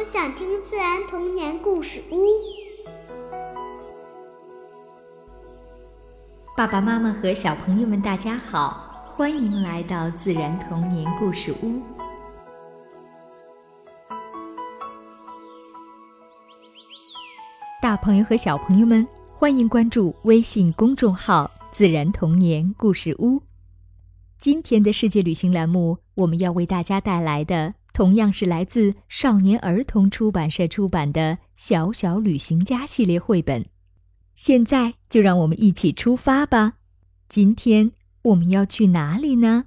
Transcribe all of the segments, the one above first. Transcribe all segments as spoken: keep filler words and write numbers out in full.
我想听自然童年故事屋。 爸爸妈妈和小朋友们大家好，欢迎来到自然童年故事屋。大朋友和小朋友们，欢迎关注微信公众号自然童年故事屋。今天的世界旅行栏目，我们要为大家带来的同样是来自少年儿童出版社出版的小小旅行家系列绘本。现在就让我们一起出发吧。今天我们要去哪里呢？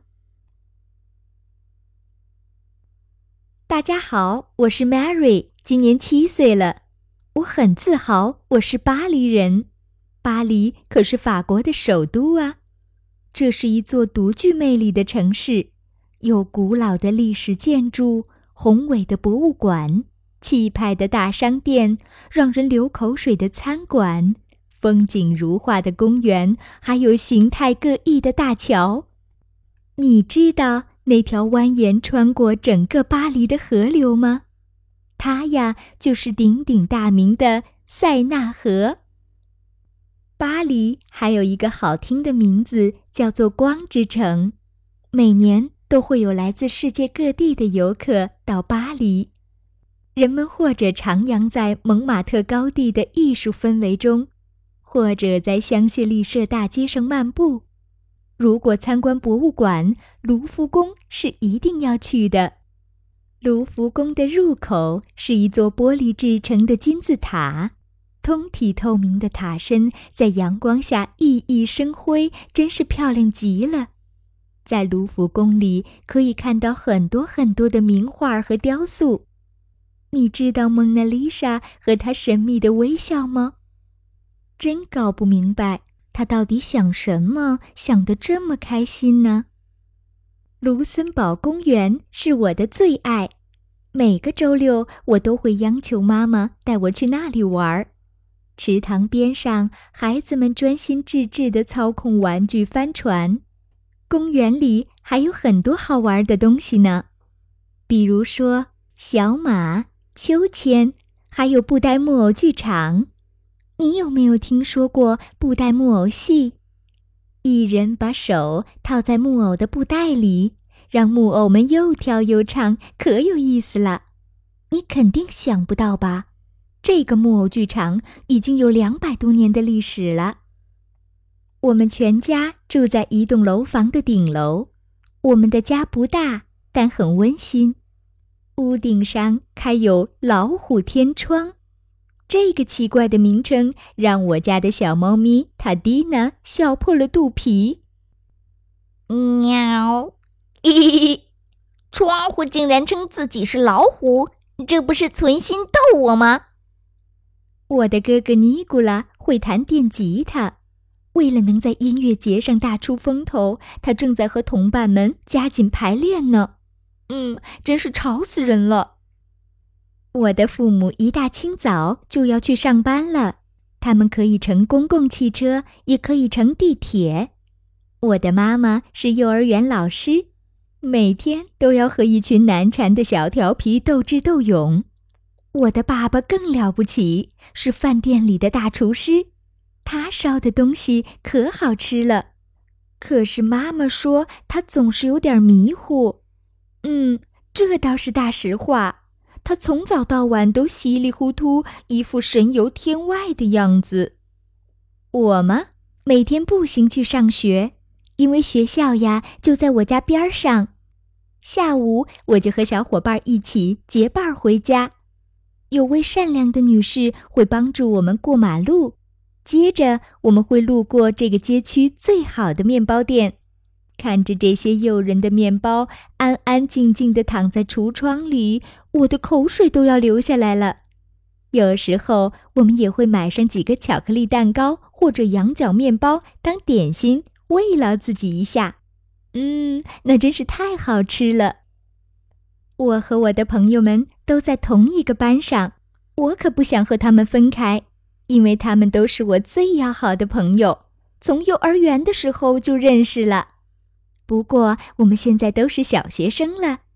大家好，我是 Mary， 今年七岁了。我很自豪，我是巴黎人。巴黎可是法国的首都啊。这是一座独具魅力的城市，有古老的历史建筑，宏伟的博物馆，气派的大商店，让人流口水的餐馆，风景如画的公园，还有形态各异的大桥。你知道那条蜿蜒穿过整个巴黎的河流吗？它呀，就是鼎鼎大名的塞纳河。巴黎还有一个好听的名字，叫做光之城。每年都会有来自世界各地的游客到巴黎。人们或者徜徉在蒙马特高地的艺术氛围中，或者在香榭丽舍大街上漫步。如果参观博物馆，卢浮宫是一定要去的。卢浮宫的入口是一座玻璃制成的金字塔，通体透明的塔身在阳光下熠熠生辉，真是漂亮极了。在卢浮宫里可以看到很多很多的名画和雕塑。你知道蒙娜丽莎和她神秘的微笑吗？真搞不明白，她到底想什么，想得这么开心呢？卢森堡公园是我的最爱，每个周六我都会央求妈妈带我去那里玩。池塘边上，孩子们专心致志地操控玩具帆船。公园里还有很多好玩的东西呢，比如说小马、秋千，还有布袋木偶剧场。你有没有听说过布袋木偶戏？一人把手套在木偶的布袋里，让木偶们又跳又唱，可有意思了。你肯定想不到吧？这个木偶剧场已经有两百多年的历史了。我们全家住在一栋楼房的顶楼。我们的家不大，但很温馨。屋顶上开有老虎天窗。这个奇怪的名称让我家的小猫咪塔蒂娜笑破了肚皮。 喵！咦，窗户竟然称自己是老虎，这不是存心逗我吗？ 我的哥哥尼古拉会弹电吉他，为了能在音乐节上大出风头，他正在和同伴们加紧排练呢。嗯，真是吵死人了。我的父母一大清早就要去上班了，他们可以乘公共汽车，也可以乘地铁。我的妈妈是幼儿园老师，每天都要和一群难缠的小调皮斗智斗勇。我的爸爸更了不起，是饭店里的大厨师，他烧的东西可好吃了。可是妈妈说他总是有点迷糊。嗯，这倒是大实话。他从早到晚都稀里糊涂，一副神游天外的样子。我嘛，每天步行去上学，因为学校呀就在我家边上。下午我就和小伙伴一起结伴回家。有位善良的女士会帮助我们过马路，接着我们会路过这个街区最好的面包店。看着这些诱人的面包安安静静地躺在橱窗里，我的口水都要流下来了。有时候我们也会买上几个巧克力蛋糕或者羊角面包当点心，慰劳自己一下。嗯，那真是太好吃了。我和我的朋友们都在同一个班上，我可不想和他们分开，因为他们都是我最要好的朋友，从幼儿园的时候就认识了。不过我们现在都是小学生了，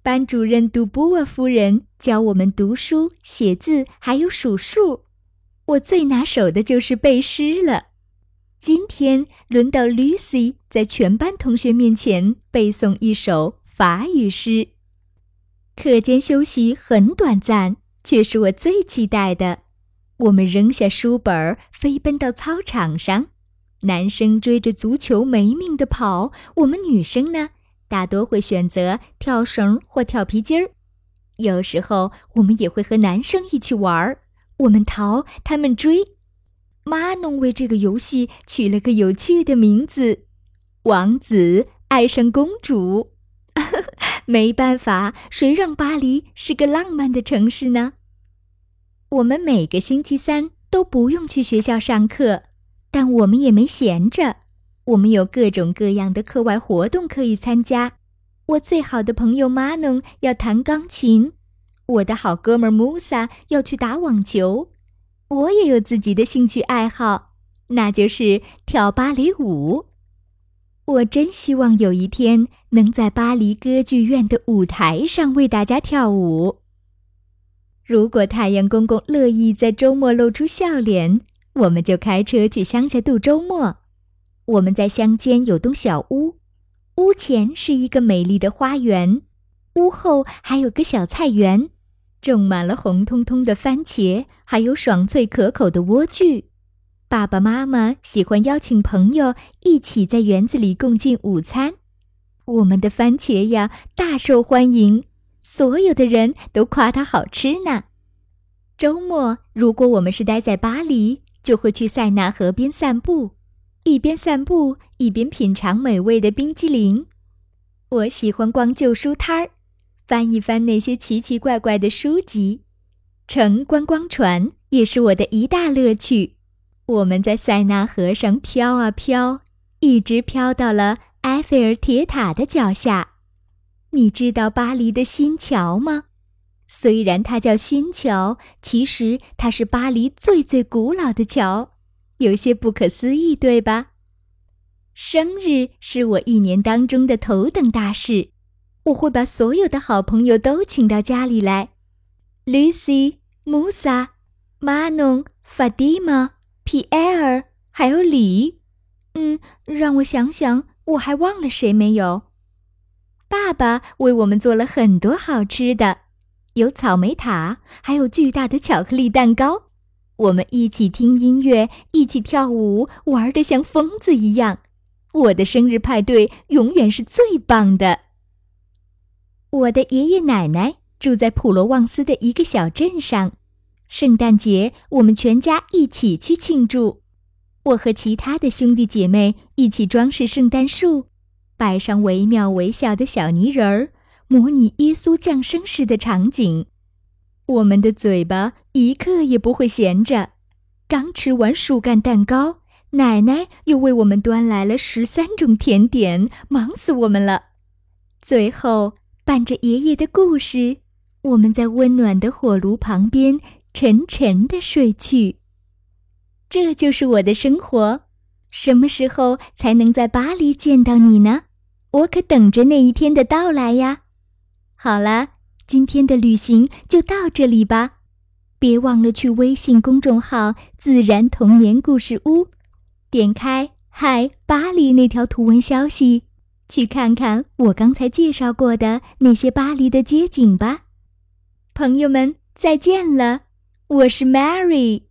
班主任杜布沃夫人教我们读书、写字，还有数数。我最拿手的就是背诗了。今天轮到 Lucy 在全班同学面前背诵一首法语诗。课间休息很短暂，却是我最期待的。我们扔下书本，飞奔到操场上。男生追着足球没命地跑，我们女生呢，大多会选择跳绳或跳皮筋儿。有时候我们也会和男生一起玩，我们逃，他们追。妈弄为这个游戏取了个有趣的名字：王子爱上公主。没办法，谁让巴黎是个浪漫的城市呢？我们每个星期三都不用去学校上课，但我们也没闲着。我们有各种各样的课外活动可以参加。我最好的朋友 Manon 要弹钢琴，我的好哥们 Musa 要去打网球。我也有自己的兴趣爱好，那就是跳芭蕾舞。我真希望有一天能在巴黎歌剧院的舞台上为大家跳舞。如果太阳公公乐意在周末露出笑脸，我们就开车去乡下度周末。我们在乡间有栋小屋，屋前是一个美丽的花园，屋后还有个小菜园，种满了红彤彤的番茄，还有爽脆可口的莴苣。爸爸妈妈喜欢邀请朋友一起在园子里共进午餐。我们的番茄呀，大受欢迎，所有的人都夸它好吃呢。周末，如果我们是待在巴黎，就会去塞纳河边散步，一边散步一边品尝美味的冰激凌。我喜欢逛旧书摊儿，翻一翻那些奇奇怪怪的书籍。乘观光船也是我的一大乐趣。我们在塞纳河上飘啊飘，一直飘到了埃菲尔铁塔的脚下。你知道巴黎的新桥吗？虽然它叫新桥，其实它是巴黎最最古老的桥，有些不可思议，对吧？生日是我一年当中的头等大事，我会把所有的好朋友都请到家里来。Lucy、Musa、Manon、Fatima、Pierre， 还有李。嗯，让我想想，我还忘了谁没有？爸爸为我们做了很多好吃的，有草莓塔，还有巨大的巧克力蛋糕。我们一起听音乐，一起跳舞，玩得像疯子一样。我的生日派对永远是最棒的。我的爷爷奶奶住在普罗旺斯的一个小镇上，圣诞节我们全家一起去庆祝。我和其他的兄弟姐妹一起装饰圣诞树，摆上惟妙惟肖的小泥人儿，模拟耶稣降生时的场景。我们的嘴巴一刻也不会闲着，刚吃完树干蛋糕，奶奶又为我们端来了十三种甜点，忙死我们了。最后，伴着爷爷的故事，我们在温暖的火炉旁边沉沉地睡去。这就是我的生活。什么时候才能在巴黎见到你呢？我可等着那一天的到来呀。好啦，今天的旅行就到这里吧。别忘了去微信公众号自然童年故事屋，点开嗨巴黎那条图文消息，去看看我刚才介绍过的那些巴黎的街景吧。朋友们，再见了，我是 Mary。